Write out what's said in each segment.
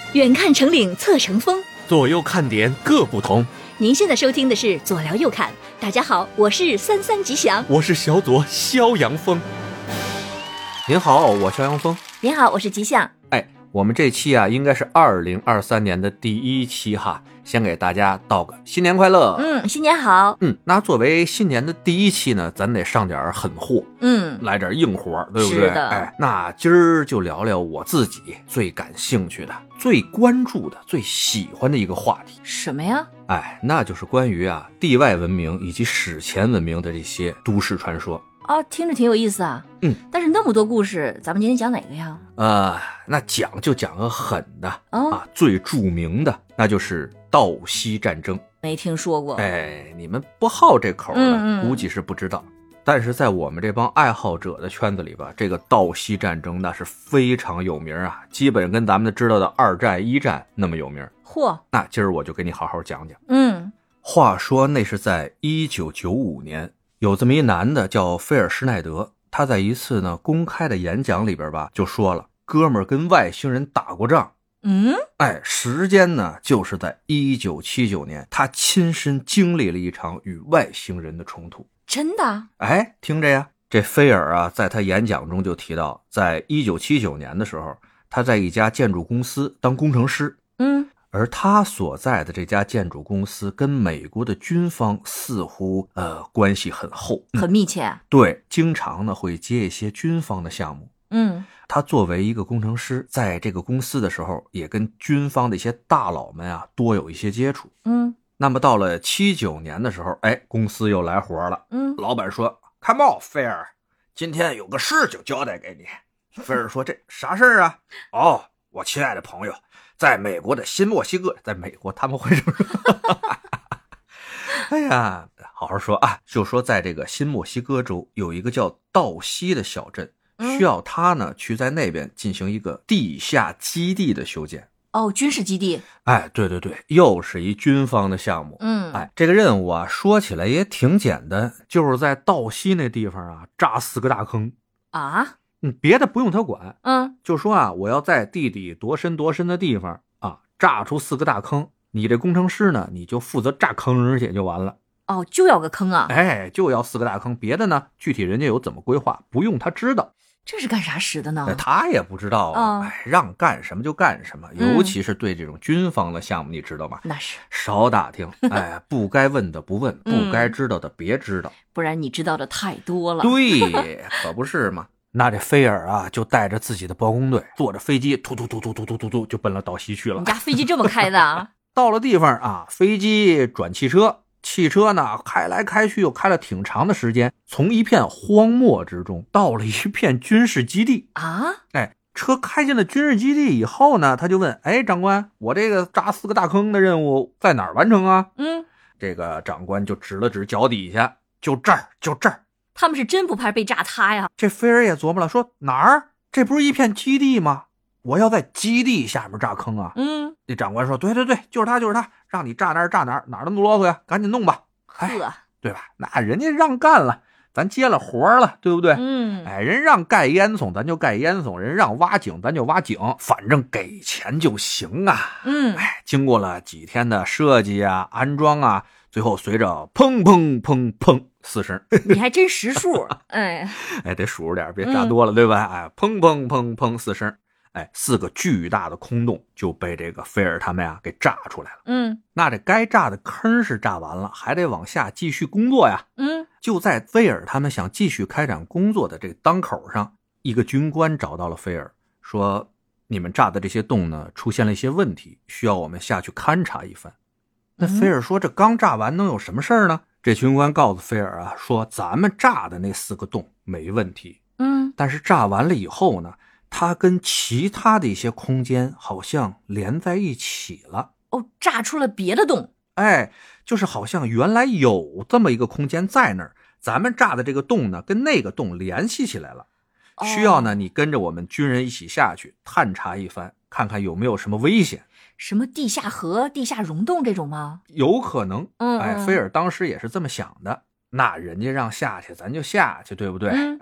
远看成岭侧成峰， 左右看点各不同。 您现在收听的是左聊右看。大家好，我是三三吉祥， 我是小左肖阳峰。您好，我肖阳峰。 您好，我是吉祥。 我们这期啊，应该是2023年的第一期哈，先给大家道个新年快乐。 新年好。 那作为新年的第一期呢，咱得上点狠货，来点硬活，对不对？ 是的。 那今儿就聊聊我自己最感兴趣的、最关注的、最喜欢的一个话题。 什么呀？ 那就是关于地外文明以及史前文明的这些都市传说。 听着挺有意思啊。但是那么多故事，咱们今天讲哪个呀？ 那就讲个狠的最著名的那就是道西战争。 没听说过。 你们不好这口的，估计是不知道。但是在我们这帮爱好者的圈子里吧，这个道西战争那是非常有名啊，基本跟咱们知道的二战、一战那么有名。 嚯！ 那今儿我就给你好好讲讲。话说那是在1995年。有这么一男的叫菲尔施耐德，他在一次呢公开的演讲里边吧，就说了，哥们儿跟外星人打过仗。时间呢就是在1979年，他亲身经历了一场与外星人的冲突。 真的？ 听着呀，这菲尔在他演讲中就提到，在1979年的时候，他在一家建筑公司当工程师。而他所在的这家建筑公司跟美国的军方似乎关系很厚， 很密切。 对，经常呢会接一些军方的项目。他作为一个工程师，在这个公司的时候，也跟军方的一些大佬们多有一些接触。那么到了79年的时候，公司又来活了。老板说 Come on 菲尔，今天有个事情交代给你。菲尔说这啥事儿啊？我亲爱的朋友，在美国的新墨西哥，在美国他们会这么说好好说就说在这个新墨西哥州有一个叫道西的小镇，需要他呢去在那边进行一个地下基地的修建。 军事基地。 对，又是一军方的项目。这个任务说起来也挺简单，就是在道西那地方炸4个大坑。别的不用他管。就说我要在地底多深多深的地方炸出4个大坑，你这工程师呢，你就负责炸坑去就完了。 就要个坑啊？ 就要4个大坑，别的呢，具体人家有怎么规划，不用他知道。 这是干啥使的呢？ 他也不知道让干什么就干什么，尤其是对这种军方的项目，你知道吗？ 那是少打听，不该问的不问，不该知道的别知道， 不然你知道的太多了。 对，可不是嘛。那这菲尔就带着自己的包工队，坐着飞机突就奔了道西去了。 你家飞机这么开的到了地方飞机转汽车，汽车呢开来开去又开了挺长的时间，从一片荒漠之中到了一片军事基地。车开进了军事基地以后呢，他就问长官，我这个炸4个大坑的任务在哪儿完成啊？这个长官就指了指脚底下，就这儿。 他们是真不怕被炸塌呀？ 这菲尔也琢磨了，说哪儿？这不是一片基地吗？我要在基地下面炸坑啊！这长官说，对，就是他，让你炸哪儿，哪儿那么啰嗦呀？赶紧弄吧。对吧？那人家让干了，咱接了活了，对不对？人让盖烟囱，咱就盖烟囱；人让挖井，咱就挖井，反正给钱就行啊。经过了几天的设计安装最后随着砰砰砰砰4声， 你还真识数。 得数着点，别炸多了，对吧？砰砰砰砰4声，4个巨大的空洞就被这个菲尔他们给炸出来了。那这该炸的坑是炸完了，还得往下继续工作呀。就在菲尔他们想继续开展工作的这个当口上，一个军官找到了菲尔，说你们炸的这些洞呢出现了一些问题，需要我们下去勘察一番。那菲尔说，这刚炸完能有什么事儿呢？这军官告诉菲尔说咱们炸的那4个洞没问题。但是炸完了以后呢，它跟其他的一些空间好像连在一起了。 炸出了别的洞。 就是好像原来有这么一个空间在那儿，咱们炸的这个洞呢跟那个洞联系起来了。需要呢你跟着我们军人一起下去探查一番，看看有没有什么危险。 什么地下河、地下溶洞这种吗？ 有可能。菲尔当时也是这么想的。那人家让下去咱就下去，对不对？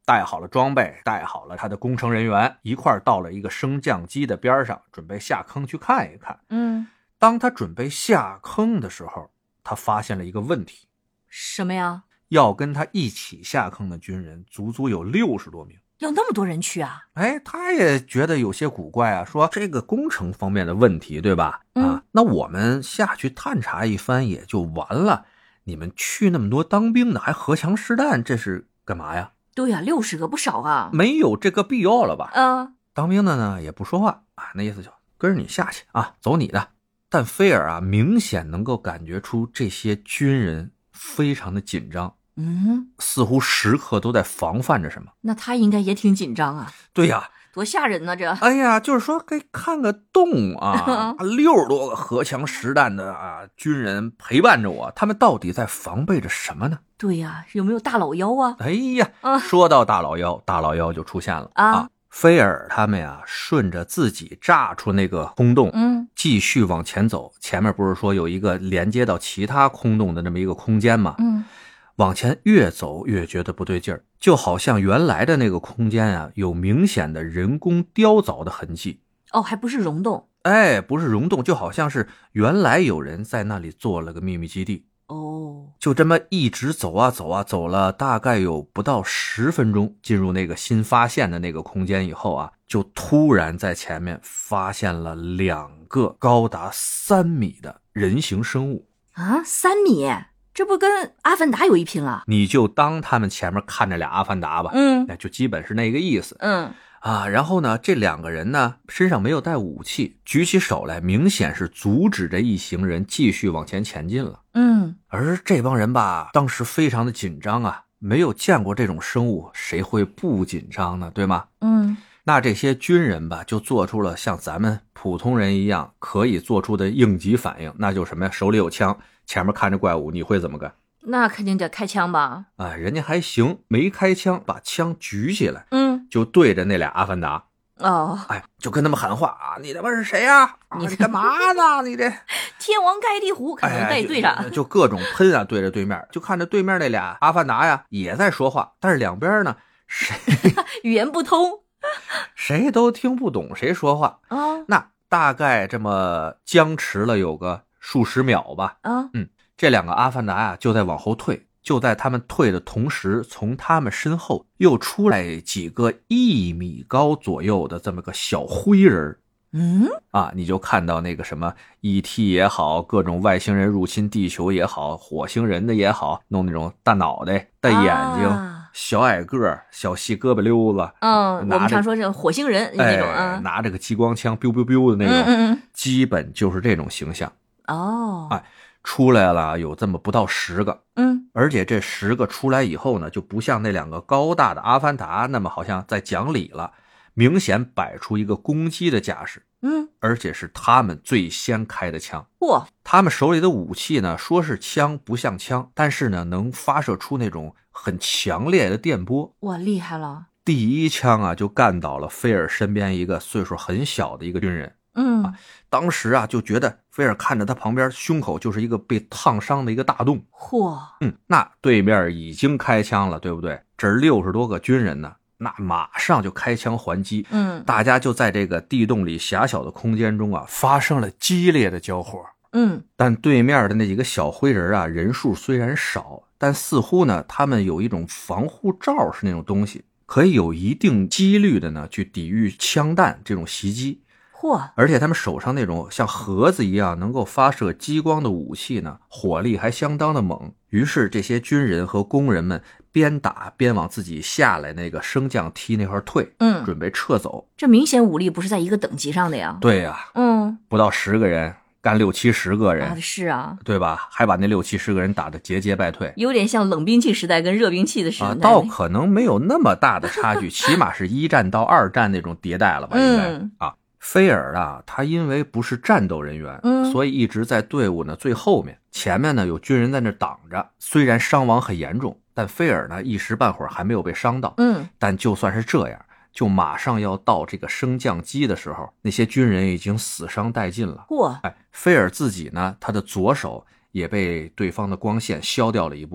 带好了装备，带好了他的工程人员，一块到了一个升降机的边上，准备下坑去看一看。当他准备下坑的时候，他发现了一个问题。 什么呀？ 要跟他一起下坑的军人足足有60多名。 要那么多人去啊？ 他也觉得有些古怪啊，说这个工程方面的问题，对吧？那我们下去探查一番也就完了，你们去那么多当兵的还荷枪实弹，这是干嘛呀？ 对呀，60个不少啊。 没有这个必要了吧？当兵的呢也不说话啊，那意思就跟着你下去啊，走你的。但菲尔啊，明显能够感觉出这些军人非常的紧张。似乎时刻都在防范着什么。那他应该也挺紧张啊。对呀，多吓人呢这。哎呀，就是说给看个洞啊，60多个荷枪实弹的军人陪伴着我，他们到底在防备着什么呢？对呀，有没有大老妖啊？哎呀，说到大老妖，大老妖就出现了啊。菲尔他们呀，顺着自己炸出那个空洞，继续往前走。前面不是说有一个连接到其他空洞的这么一个空间吗？往前越走越觉得不对劲儿，就好像原来的那个空间啊，有明显的人工雕凿的痕迹。还不是溶洞？不是溶洞，就好像是原来有人在那里做了个秘密基地。就这么一直走啊走啊，走了大概有不到10分钟，进入那个新发现的那个空间以后啊，就突然在前面发现了2个高达3米的人形生物。3米？这不跟阿凡达有一拼了？你就当他们前面看着俩阿凡达吧，就基本是那个意思。然后呢，这2个人呢身上没有带武器，举起手来，明显是阻止着一行人继续往前前进了。而这帮人吧，当时非常的紧张啊，没有见过这种生物，谁会不紧张呢？对吗？那这些军人吧，就做出了像咱们普通人一样可以做出的应急反应，那就是什么呀？手里有枪，前面看着怪物，你会怎么干？那肯定得开枪吧？人家还行，没开枪，把枪举起来，就对着那俩阿凡达。就跟他们喊话啊！你他妈是谁呀？你干嘛呢？你这天王盖地虎，可能带对上，就各种喷啊，对着对面，就看着对面那俩阿凡达呀也在说话，但是两边呢谁语言不通，谁都听不懂谁说话那大概这么僵持了有个数十秒吧。这2个阿凡达呀就在往后退，就在他们退的同时，从他们身后又出来几个1米高左右的这么个小灰人。你就看到那个什么 ET 也好，各种外星人入侵地球也好，火星人的也好，弄那种大脑袋大眼睛小矮个小细胳膊溜子，我们常说这火星人那种拿着个激光枪 biu biu biu 的那种，基本就是这种形象。出来了有这么不到10个，而且这10个出来以后呢，就不像那2个高大的阿凡达那么好像在讲理了，明显摆出一个攻击的架势。而且是他们最先开的枪。他们手里的武器呢，说是枪不像枪，但是呢能发射出那种很强烈的电波。哇，厉害了。第一枪啊就干倒了菲尔身边一个岁数很小的一个军人。当时啊就觉得菲尔看着他旁边胸口就是一个被烫伤的一个大洞。那对面已经开枪了，对不对？这60多个军人呢，那马上就开枪还击。大家就在这个地洞里狭小的空间中啊，发生了激烈的交火。但对面的那几个小灰人啊，人数虽然少，但似乎呢他们有一种防护罩是那种东西，可以有一定几率的呢去抵御枪弹这种袭击。而且他们手上那种像盒子一样能够发射激光的武器呢，火力还相当的猛。于是这些军人和工人们边打边往自己下来那个升降梯那块退，准备撤走。这明显武力不是在一个等级上的呀。对呀，不到10个人干60-70个人。是啊，对吧？还把那60-70个人打得节节败退，有点像冷兵器时代跟热兵器的时代。倒可能没有那么大的差距，起码是1战到2战那种迭代了吧，应该菲尔啊，他因为不是战斗人员，所以一直在队伍呢最后面，前面呢有军人在那挡着，虽然伤亡很严重，但菲尔呢一时半会儿还没有被伤到。但就算是这样，就马上要到这个升降机的时候，那些军人已经死伤殆尽了。菲尔自己呢，他的左手也被对方的光线削掉了一部分，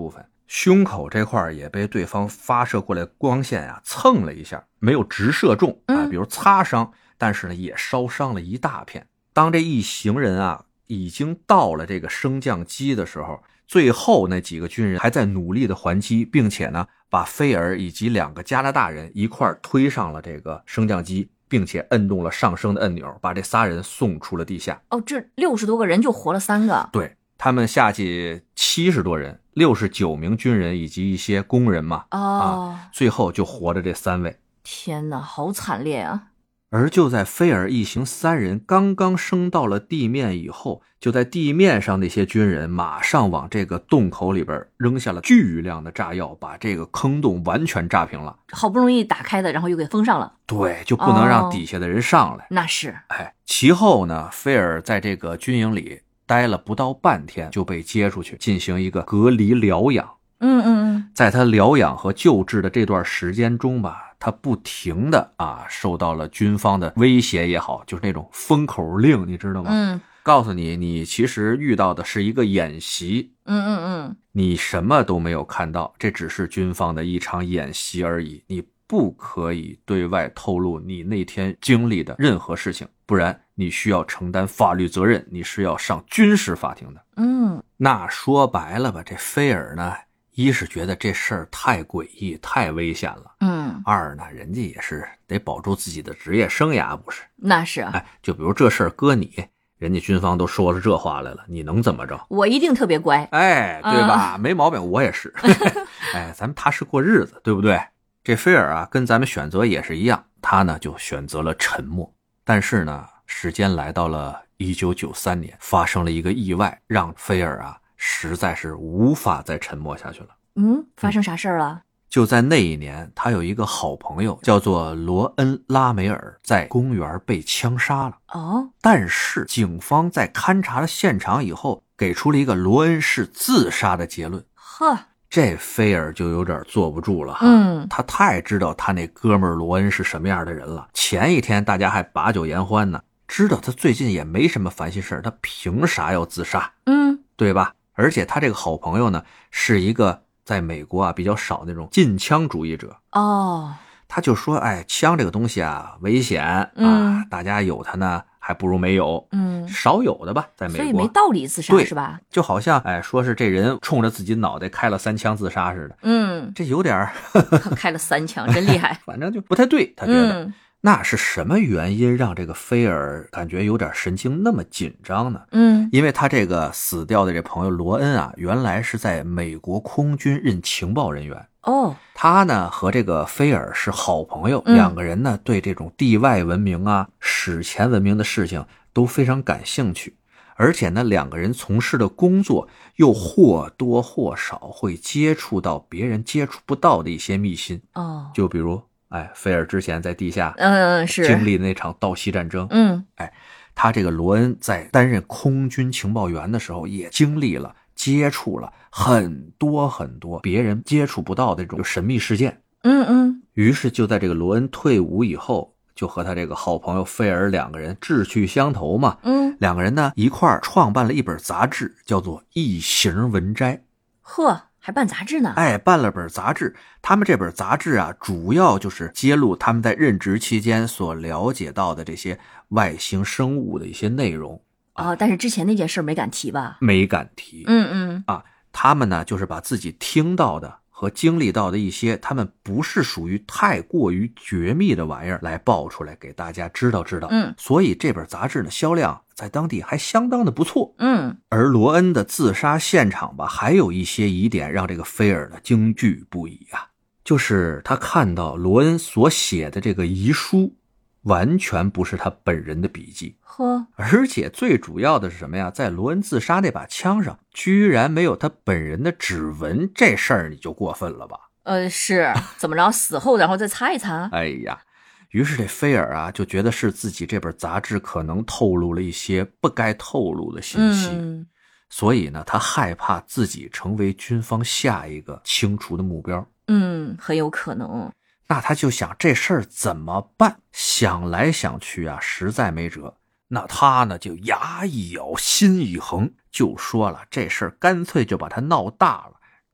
胸口这块也被对方发射过来光线啊蹭了一下，没有直射中啊，比如擦伤，但是呢也烧伤了一大片。当这一行人啊已经到了这个升降机的时候，最后那几个军人还在努力的还击，并且呢把菲尔以及2个加拿大人一块推上了这个升降机，并且摁动了上升的按钮，把这仨人送出了地下。 哦，这60多个人就活了3个。 对，他们下去70多人，69名军人以及一些工人嘛。最后就活着这3位。 天哪，好惨烈啊！ 而就在菲尔一行3人刚刚升到了地面以后，就在地面上那些军人马上往这个洞口里边扔下了巨量的炸药，把这个坑洞完全炸平了。 好不容易打开的，然后又给封上了。 对，就不能让底下的人上来。 那是。 其后呢，菲尔在这个军营里待了不到半天，就被接出去进行一个隔离疗养。在他疗养和救治的这段时间中吧，他不停的受到了军方的威胁也好，就是那种封口令，你知道吗？告诉你，你其实遇到的是一个演习。你什么都没有看到，这只是军方的一场演习而已，你不可以对外透露你那天经历的任何事情，不然你需要承担法律责任，你是要上军事法庭的。那说白了吧，这菲尔呢，一是觉得这事儿太诡异太危险了，二呢，人家也是得保住自己的职业生涯，不是？ 那是。 就比如这事儿搁你，人家军方都说了这话来了，你能怎么着？ 我一定特别乖。 对吧？没毛病，我也是。咱们踏实过日子，对不对？这菲尔啊，跟咱们选择也是一样，他呢就选择了沉默。但是呢，时间来到了1993年，发生了一个意外，让菲尔啊实在是无法再沉默下去了。 发生啥事儿了？ 就在那一年，他有一个好朋友叫做罗恩·拉梅尔，在公园被枪杀了。但是警方在勘察了现场以后，给出了一个罗恩是自杀的结论。这菲尔就有点坐不住了哈。他太知道他那哥们儿罗恩是什么样的人了。前一天大家还把酒言欢呢，知道他最近也没什么烦心事，他凭啥要自杀？对吧？而且他这个好朋友呢，是一个在美国啊比较少那种禁枪主义者。他就说，枪这个东西啊危险大家有它呢还不如没有，少有的吧，在美国， 所以没道理自杀是吧？ 就好像说是这人冲着自己脑袋开了3枪自杀似的，这有点开了3枪，真厉害。 反正就不太对，他觉得。那是什么原因让这个菲尔感觉有点神经那么紧张呢？因为他这个死掉的这朋友罗恩啊，原来是在美国空军任情报人员。他呢和这个菲尔是好朋友，2个人呢对这种地外文明啊、史前文明的事情都非常感兴趣，而且呢2个人从事的工作又或多或少会接触到别人接触不到的一些秘辛。就比如菲尔之前在地下经历那场盗袭战争。他这个罗恩在担任空军情报员的时候也经历了接触了很多很多别人接触不到的这种神秘事件。于是就在这个罗恩退伍以后，就和他这个好朋友菲尔2个人志趣相投嘛。2个人呢一块儿创办了一本杂志，叫做《异形文摘》。 还办杂志呢？ 办了本杂志。他们这本杂志啊，主要就是揭露他们在任职期间所了解到的这些外星生物的一些内容。 但是之前那件事没敢提吧？ 没敢提。他们呢，就是把自己听到的和经历到的一些他们不是属于太过于绝密的玩意儿来爆出来给大家知道知道。所以这本杂志的销量在当地还相当的不错。而罗恩的自杀现场吧，还有一些疑点让这个菲尔呢惊惧不已啊。就是他看到罗恩所写的这个遗书完全不是他本人的笔记。而且最主要的是什么呀？在罗恩自杀那把枪上居然没有他本人的指纹，这事儿你就过分了吧？ 是怎么着？死后然后再擦一擦？ 于是这菲尔啊就觉得是自己这本杂志可能透露了一些不该透露的信息。所以呢，他害怕自己成为军方下一个清除的目标。 很有可能。 那他就想这事儿怎么办？想来想去啊，实在没辙。那他呢就牙一咬心一横，就说了这事儿干脆就把它闹大了，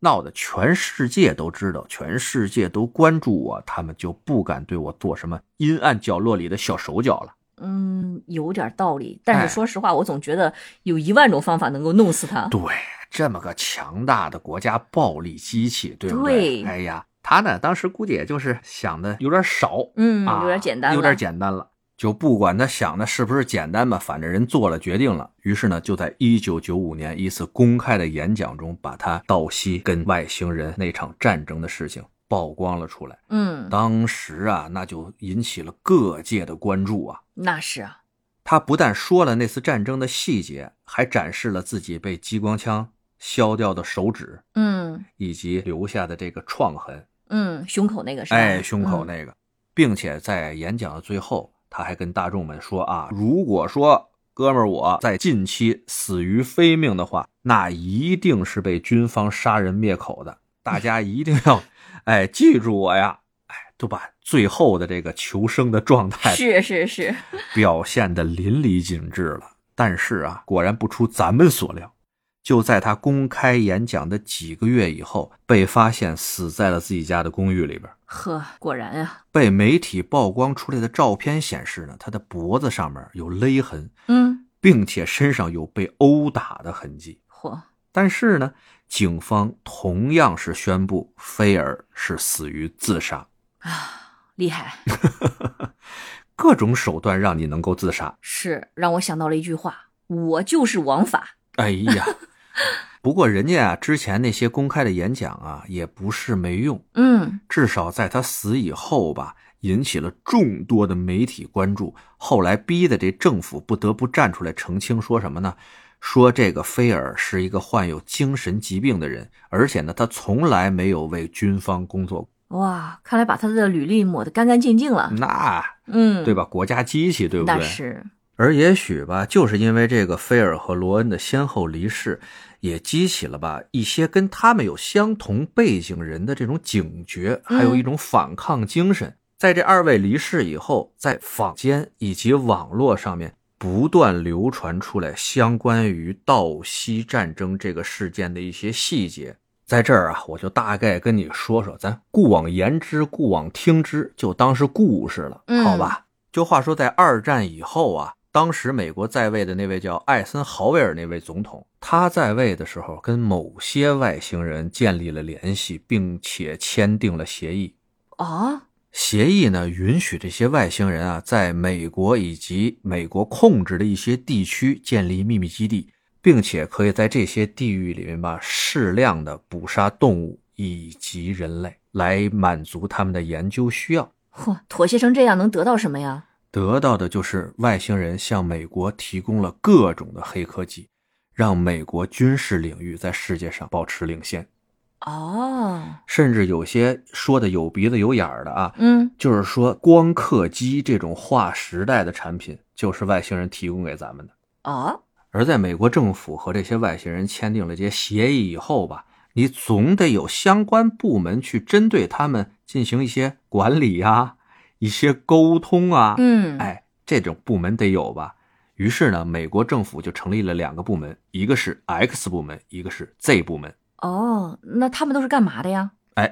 闹得全世界都知道，全世界都关注我，他们就不敢对我做什么阴暗角落里的小手脚了。 有点道理，但是说实话，我总觉得有10000种方法能够弄死他。 对，这么个强大的国家暴力机器，对不对？哎呀，他呢当时估计也就是想的有点少， 有点简单了， 有点简单了。就不管他想的是不是简单吧，反正人做了决定了。于是呢，就在1995年一次公开的演讲中，把他道西跟外星人那场战争的事情曝光了出来。当时啊，那就引起了各界的关注啊。 那是啊， 他不但说了那次战争的细节，还展示了自己被激光枪削掉的手指，以及留下的这个创痕， 胸口那个是吧？ 胸口那个，并且在演讲的最后，他还跟大众们说啊，如果说哥们儿我在近期死于非命的话，那一定是被军方杀人灭口的，大家一定要记住我呀。都把最后的这个求生的状态是表现得淋漓尽致了。但是啊，果然不出咱们所料，就在他公开演讲的几个月以后，被发现死在了自己家的公寓里边。 果然啊， 被媒体曝光出来的照片显示呢，他的脖子上面有勒痕，并且身上有被殴打的痕迹。但是呢，警方同样是宣布菲尔是死于自杀。 厉害各种手段让你能够自杀， 是让我想到了一句话，我就是王法。 哎呀，不过人家啊之前那些公开的演讲啊也不是没用，至少在他死以后吧，引起了众多的媒体关注，后来逼得这政府不得不站出来澄清，说什么呢？说这个菲尔是一个患有精神疾病的人，而且呢他从来没有为军方工作过。 哇，看来把他的履历抹得干干净净了。 那对吧，国家机器，对不对？ 那是。 而也许吧，就是因为这个菲尔和罗恩的先后离世，也激起了吧一些跟他们有相同背景人的这种警觉，还有一种反抗精神。在这2位离世以后，在坊间以及网络上面不断流传出来相关于道西战争这个事件的一些细节。在这儿啊，我就大概跟你说说，咱故往言之，故往听之，就当是故事了，好吧？就话说在2战以后啊，当时美国在位的那位叫艾森豪威尔那位总统，他在位的时候跟某些外星人建立了联系，并且签订了协议。协议呢，允许这些外星人啊，在美国以及美国控制的一些地区建立秘密基地，并且可以在这些地域里面吧，适量的捕杀动物以及人类，来满足他们的研究需要。 妥协成这样能得到什么呀？ 得到的就是外星人向美国提供了各种的黑科技，让美国军事领域在世界上保持领先。甚至有些说的有鼻子有眼儿的啊，就是说光刻机这种划时代的产品就是外星人提供给咱们的。而在美国政府和这些外星人签订了这些协议以后吧，你总得有相关部门去针对他们进行一些管理啊，一些沟通啊，这种部门得有吧。于是呢，美国政府就成立了2个部门，一个是 X 部门，一个是 Z 部门。 那他们都是干嘛的呀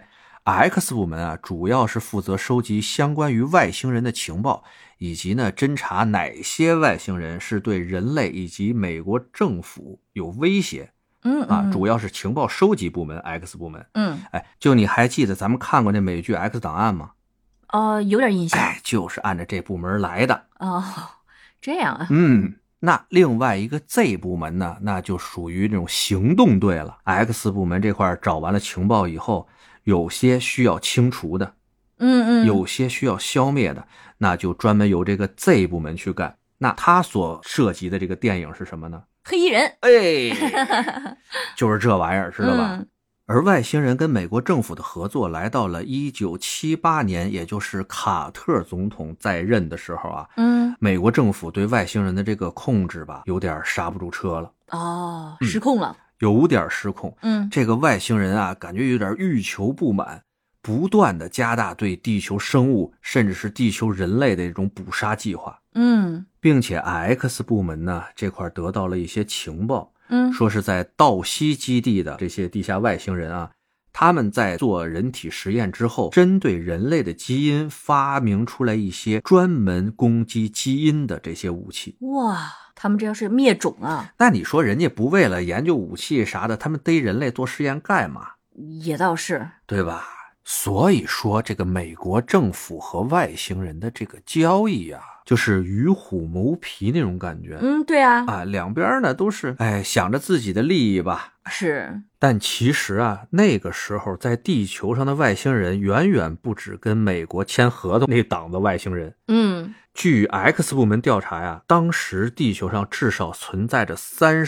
？X 部门啊，主要是负责收集相关于外星人的情报，以及呢侦查哪些外星人是对人类以及美国政府有威胁。主要是情报收集部门 X 部门。就你还记得咱们看过那美剧 X 档案吗？ 有点印象。 就是按照这部门来的。 这样啊。 那另外一个 Z 部门呢，那就属于这种行动队了。X 部门这块找完了情报以后，有些需要清除的，有些需要消灭的，那就专门由这个 Z 部门去干。那他所涉及的这个电影是什么呢？ 黑衣人。 就是这玩意儿，知道吧？而外星人跟美国政府的合作来到了1978年，也就是卡特总统在任的时候啊，美国政府对外星人的这个控制吧，有点刹不住车了。 失控了。 有点失控。这个外星人啊，感觉有点欲求不满，不断的加大对地球生物甚至是地球人类的这种捕杀计划。并且 X 部门呢这块得到了一些情报，说是在道西基地的这些地下外星人啊， 他们在做人体实验之后，针对人类的基因发明出来一些专门攻击基因的这些武器。 哇，他们这要是灭种啊！ 那你说人家不为了研究武器啥的，他们逮人类做实验干嘛？ 也倒是， 对吧？所以说这个美国政府和外星人的这个交易啊，就是与虎谋皮那种感觉。 对啊， 两边呢都是想着自己的利益吧。 是， 但其实啊，那个时候在地球上的外星人远远不止跟美国签合同那档子外星人。据 X 部门调查呀，当时地球上至少存在着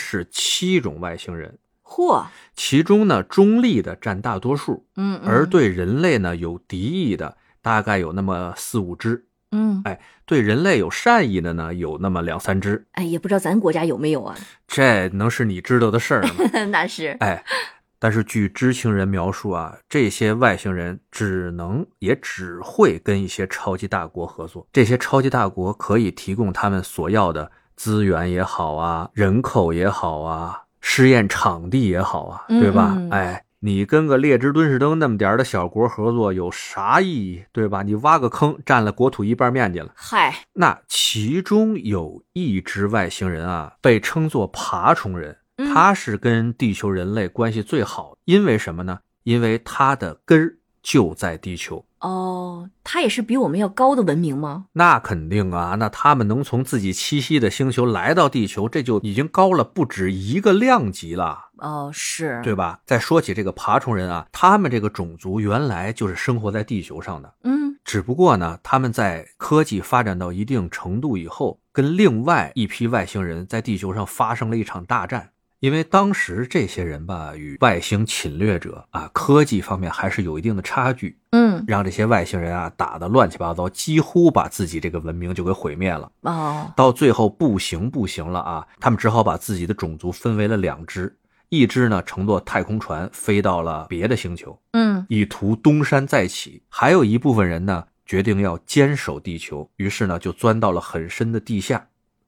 37种外星人。 嚯！ 其中呢，中立的占大多数，而对人类呢有敌意的大概有那么4-5只，对人类有善意的呢有那么2-3只， 也不知道咱国家有没有啊？ 这能是你知道的事儿吗？ 那是， 但是据知情人描述啊，这些外星人也只会跟一些超级大国合作，这些超级大国可以提供他们所要的资源也好啊，人口也好啊，试验场地也好啊，对吧？你跟个列支敦士登那么点的小国合作有啥意义，对吧？你挖个坑占了国土1半面积了。 嗨， 那其中有一只外星人啊，被称作爬虫人，他是跟地球人类关系最好，因为什么呢？因为他的根儿就在地球。 他也是比我们要高的文明吗？ 那肯定啊，那他们能从自己栖息的星球来到地球，这就已经高了不止一个量级了。 是， 对吧？再说起这个爬虫人啊，他们这个种族原来就是生活在地球上的，只不过呢，他们在科技发展到一定程度以后，跟另外一批外星人在地球上发生了一场大战。因为当时这些人吧，与外星侵略者啊，科技方面还是有一定的差距，让这些外星人啊打得乱七八糟，几乎把自己这个文明就给毁灭了。到最后不行了啊，他们只好把自己的种族分为了2支，一支呢乘坐太空船飞到了别的星球，以图东山再起，还有一部分人呢决定要坚守地球，于是呢就钻到了很深的地下。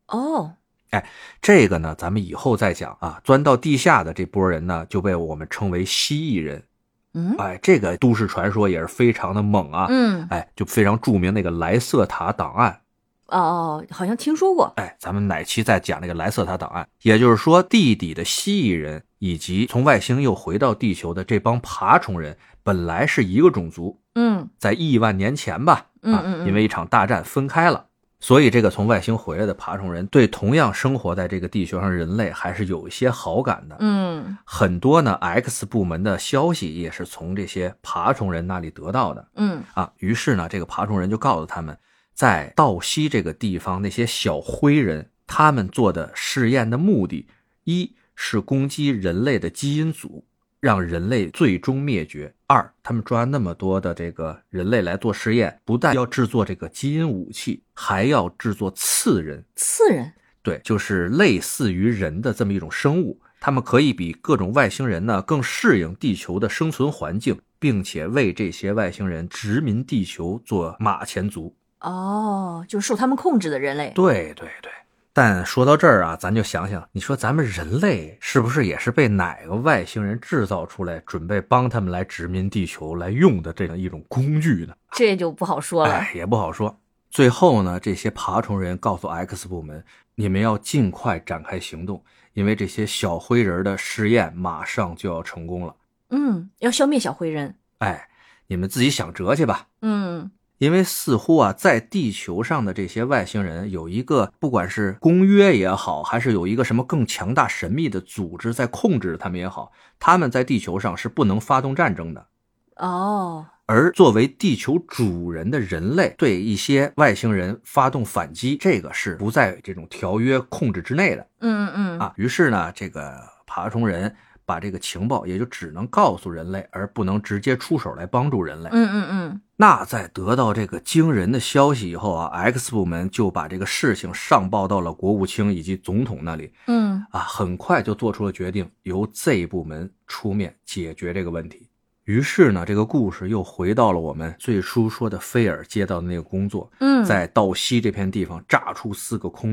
这个呢咱们以后再讲啊。钻到地下的这波人呢就被我们称为蜥蜴人。这个都市传说也是非常的猛啊。就非常著名那个莱瑟塔档案。 好像听说过。 咱们哪期再讲那个莱瑟塔档案。也就是说，地底的蜥蜴人以及从外星又回到地球的这帮爬虫人本来是一个种族，在亿万年前吧，因为一场大战分开了。所以这个从外星回来的爬虫人对同样生活在这个地球上人类还是有一些好感的。很多呢 X 部门的消息也是从这些爬虫人那里得到的。于是呢这个爬虫人就告诉他们，在道西这个地方那些小灰人，他们做的试验的目的，一是攻击人类的基因组，让人类最终灭绝；二，他们抓那么多的这个人类来做实验，不但要制作这个基因武器，还要制作次人。 次人？ 对，就是类似于人的这么一种生物，他们可以比各种外星人呢更适应地球的生存环境，并且为这些外星人殖民地球做马前卒。 就是受他们控制的人类。 对。但说到这儿啊，咱就想想，你说咱们人类是不是也是被哪个外星人制造出来，准备帮他们来殖民地球来用的这样一种工具呢？ 这就不好说了。 也不好说。最后呢，这些爬虫人告诉 X 部门，你们要尽快展开行动，因为这些小灰人的试验马上就要成功了。 要消灭小灰人。 你们自己想辙去吧。因为似乎啊，在地球上的这些外星人有一个，不管是公约也好，还是有一个什么更强大神秘的组织在控制他们也好，他们在地球上是不能发动战争的。而作为地球主人的人类对一些外星人发动反击，这个是不在这种条约控制之内的。于是呢，这个爬虫人把这个情报也就只能告诉人类，而不能直接出手来帮助人类。那在得到这个惊人的消息以后啊 ，X 部门就把这个事情上报到了国务卿以及总统那里。很快就做出了决定，由 Z 部门出面解决这个问题。于是呢，这个故事又回到了我们最初说的菲尔接到的那个工作，在道西这片地方炸出4个空洞，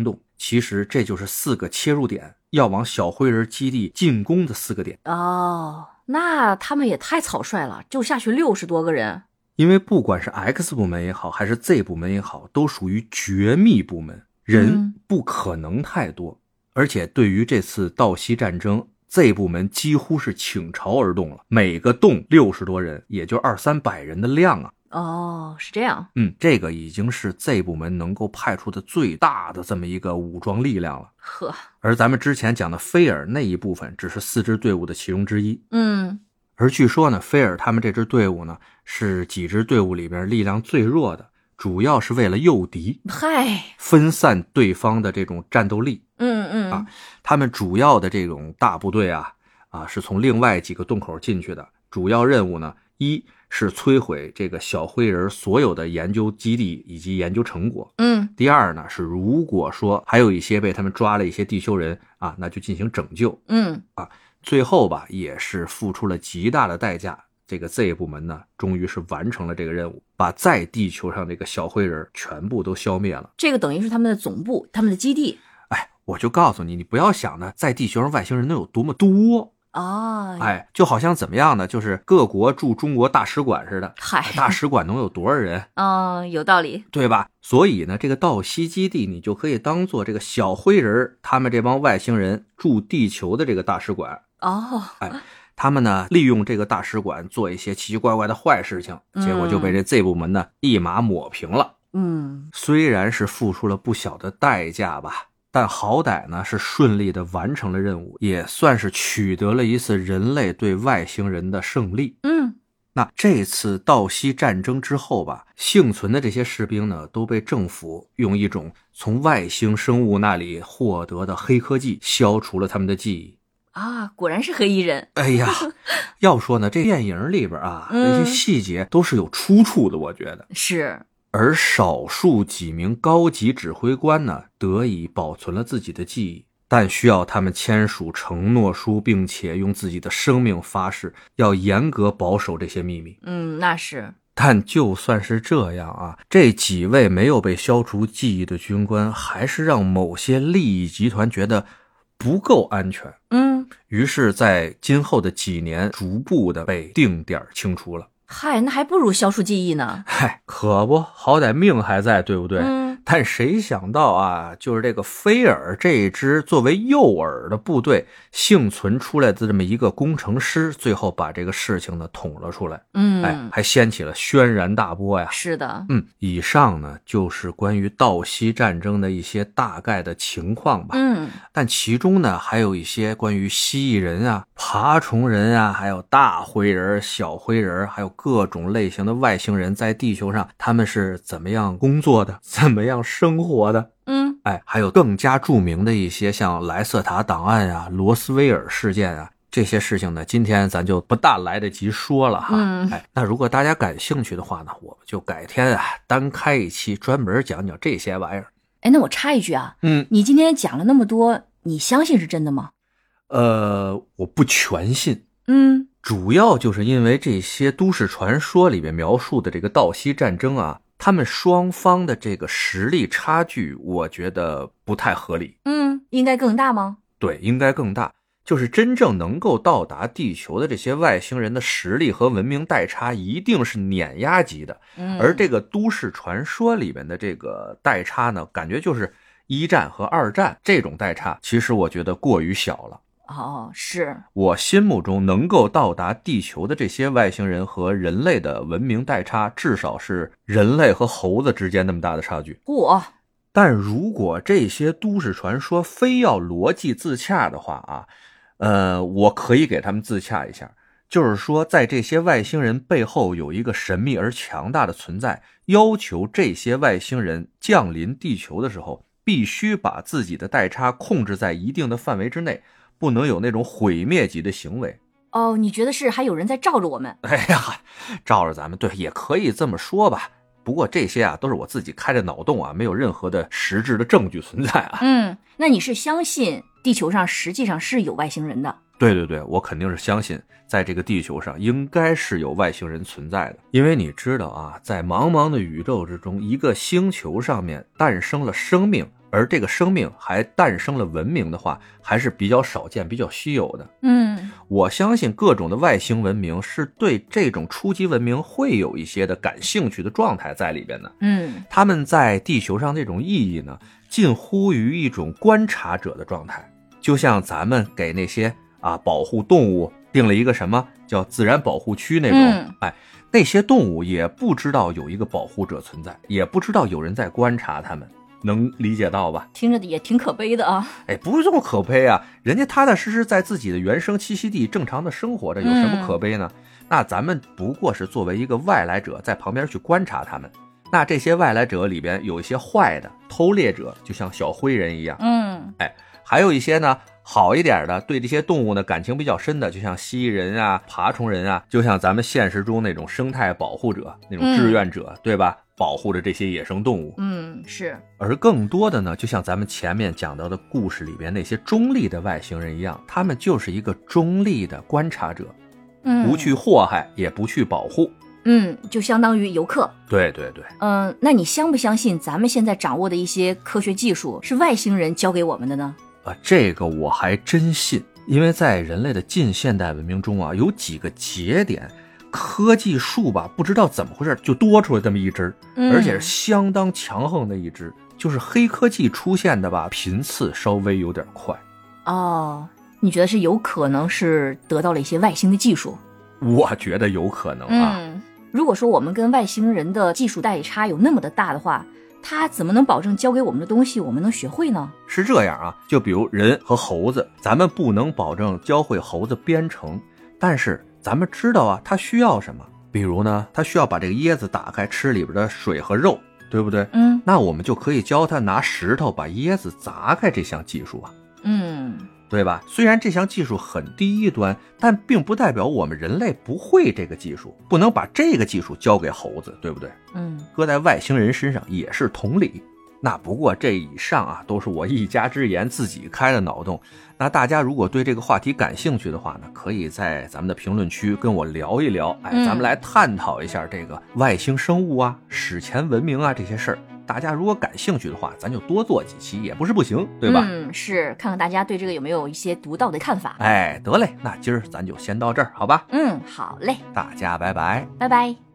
其实这就是4个切入点，要往小灰人基地进攻的4个点。 哦，那他们也太草率了，就下去60多个人。 因为不管是 X 部门也好，还是 Z 部门也好，都属于绝密部门，人不可能太多。而且对于这次道西战争， Z 部门几乎是倾巢而动了，每个洞60多人，也就200-300人的量啊。 哦，是这样。 这个已经是 Z 部门能够派出的最大的这么一个武装力量了。 呵， 而咱们之前讲的菲尔那一部分只是4支队伍的其中之一。而据说呢，菲尔他们这支队伍呢，是几支队伍里边力量最弱的，主要是为了诱敌，分散对方的这种战斗力。他们主要的这种大部队啊，是从另外几个洞口进去的。主要任务呢，一是摧毁这个小灰人所有的研究基地以及研究成果。第二呢，是如果说还有一些被他们抓了一些地球人啊，那就进行拯救。最后吧，也是付出了极大的代价，这个 Z 部门呢，终于是完成了这个任务，把在地球上这个小灰人全部都消灭了。 这个等于是他们的总部，他们的基地。 我就告诉你，你不要想呢，在地球上外星人能有多么多。就好像怎么样呢？就是各国驻中国大使馆似的。大使馆能有多少人？ 有道理， 对吧？所以呢，这个道西基地你就可以当做这个小灰人他们这帮外星人驻地球的这个大使馆。他们呢利用这个大使馆做一些奇奇怪怪的坏事情，结果就被这 Z 部门呢一马抹平了。虽然是付出了不小的代价吧，但好歹呢是顺利的完成了任务，也算是取得了一次人类对外星人的胜利。那这次道西战争之后吧，幸存的这些士兵呢都被政府用一种从外星生物那里获得的黑科技消除了他们的记忆。 果然是黑衣人。 要说呢，这电影里边那些细节都是有出处的，我觉得是。 而少数几名高级指挥官呢，得以保存了自己的记忆，但需要他们签署承诺书，并且用自己的生命发誓，要严格保守这些秘密。 那是。 但就算是这样这几位没有被消除记忆的军官，还是让某些利益集团觉得不够安全。于是在今后的几年，逐步的被定点清除了。 那还不如消除记忆呢。 可不，好歹命还在，对不对？但谁想到就是这个菲尔这一支作为诱饵的部队幸存出来的这么一个工程师，最后把这个事情呢捅了出来。还掀起了轩然大波呀。 是的。 以上呢就是关于道西战争的一些大概的情况吧。但其中呢还有一些关于蜥蜴人爬虫人还有大灰人、小灰人，还有各种类型的外星人在地球上他们是怎么样工作的，怎么样生活的。还有更加著名的一些像莱瑟塔档案罗斯威尔事件这些事情呢，今天咱就不大来得及说了那如果大家感兴趣的话呢，我们就改天单开一期专门讲讲这些玩意儿。 那我插一句你今天讲了那么多，你相信是真的吗？ 我不全信。主要就是因为这些都市传说里面描述的这个道西战争他们双方的这个实力差距，我觉得不太合理。 应该更大吗？ 对，应该更大。就是真正能够到达地球的这些外星人的实力和文明代差一定是碾压级的。而这个都市传说里面的这个代差呢，感觉就是1战和2战这种代差，其实我觉得过于小了。 是。 我心目中能够到达地球的这些外星人和人类的文明代差，至少是人类和猴子之间那么大的差距。但如果这些都市传说非要逻辑自洽的话我可以给他们自洽一下，就是说在这些外星人背后有一个神秘而强大的存在，要求这些外星人降临地球的时候，必须把自己的代差控制在一定的范围之内，不能有那种毁灭级的行为。 你觉得是还有人在罩着我们？ 罩着咱们，对，也可以这么说吧。不过这些都是我自己开着脑洞没有任何的实质的证据存在那你是相信地球上实际上是有外星人的？ 对，我肯定是相信在这个地球上应该是有外星人存在的。因为你知道在茫茫的宇宙之中，一个星球上面诞生了生命， 而这个生命还诞生了文明的话，还是比较少见比较稀有的。我相信各种的外星文明是对这种初级文明会有一些的感兴趣的状态在里边的。他们在地球上这种意义呢，近乎于一种观察者的状态，就像咱们给那些保护动物定了一个什么叫自然保护区那种，那些动物也不知道有一个保护者存在，也不知道有人在观察他们，能理解到吧？ 听着也挺可悲的啊。 不是这么可悲啊，人家踏踏实实在自己的原生栖息地正常的生活着，有什么可悲呢？那咱们不过是作为一个外来者在旁边去观察他们。那这些外来者里边有一些坏的偷猎者，就像小灰人一样，还有一些呢好一点的，对这些动物呢感情比较深的，就像蜥蜴人啊、爬虫人啊，就像咱们现实中那种生态保护者、那种志愿者，对吧？保护着这些野生动物。 是。 而更多的呢，就像咱们前面讲到的故事里边那些中立的外星人一样，他们就是一个中立的观察者，不去祸害，也不去保护。 就相当于游客。 对对对。 那你相不相信咱们现在掌握的一些科学技术是外星人教给我们的呢？ 这个我还真信，因为在人类的近现代文明中啊，有几个节点，科技树吧，不知道怎么回事就多出来这么一支，而且是相当强横的一支，就是黑科技出现的吧，频次稍微有点快。 你觉得是有可能是得到了一些外星的技术？ 我觉得有可能啊。 如果说我们跟外星人的技术代差有那么的大的话，他怎么能保证教给我们的东西我们能学会呢？ 是这样啊，就比如人和猴子，咱们不能保证教会猴子编程，但是咱们知道啊，它需要什么。比如呢，它需要把这个椰子打开吃里边的水和肉，对不对？那我们就可以教他拿石头把椰子砸开这项技术啊。对吧？虽然这项技术很低端，但并不代表我们人类不会这个技术，不能把这个技术交给猴子，对不对？搁在外星人身上也是同理。那不过这以上啊，都是我一家之言，自己开的脑洞。那大家如果对这个话题感兴趣的话呢，可以在咱们的评论区跟我聊一聊，咱们来探讨一下这个外星生物啊、史前文明啊这些事儿。大家如果感兴趣的话，咱就多做几期也不是不行，对吧？ 是，看看大家对这个有没有一些独到的看法。 得嘞，那今儿咱就先到这儿，好吧？ 好嘞， 大家拜拜， 拜拜。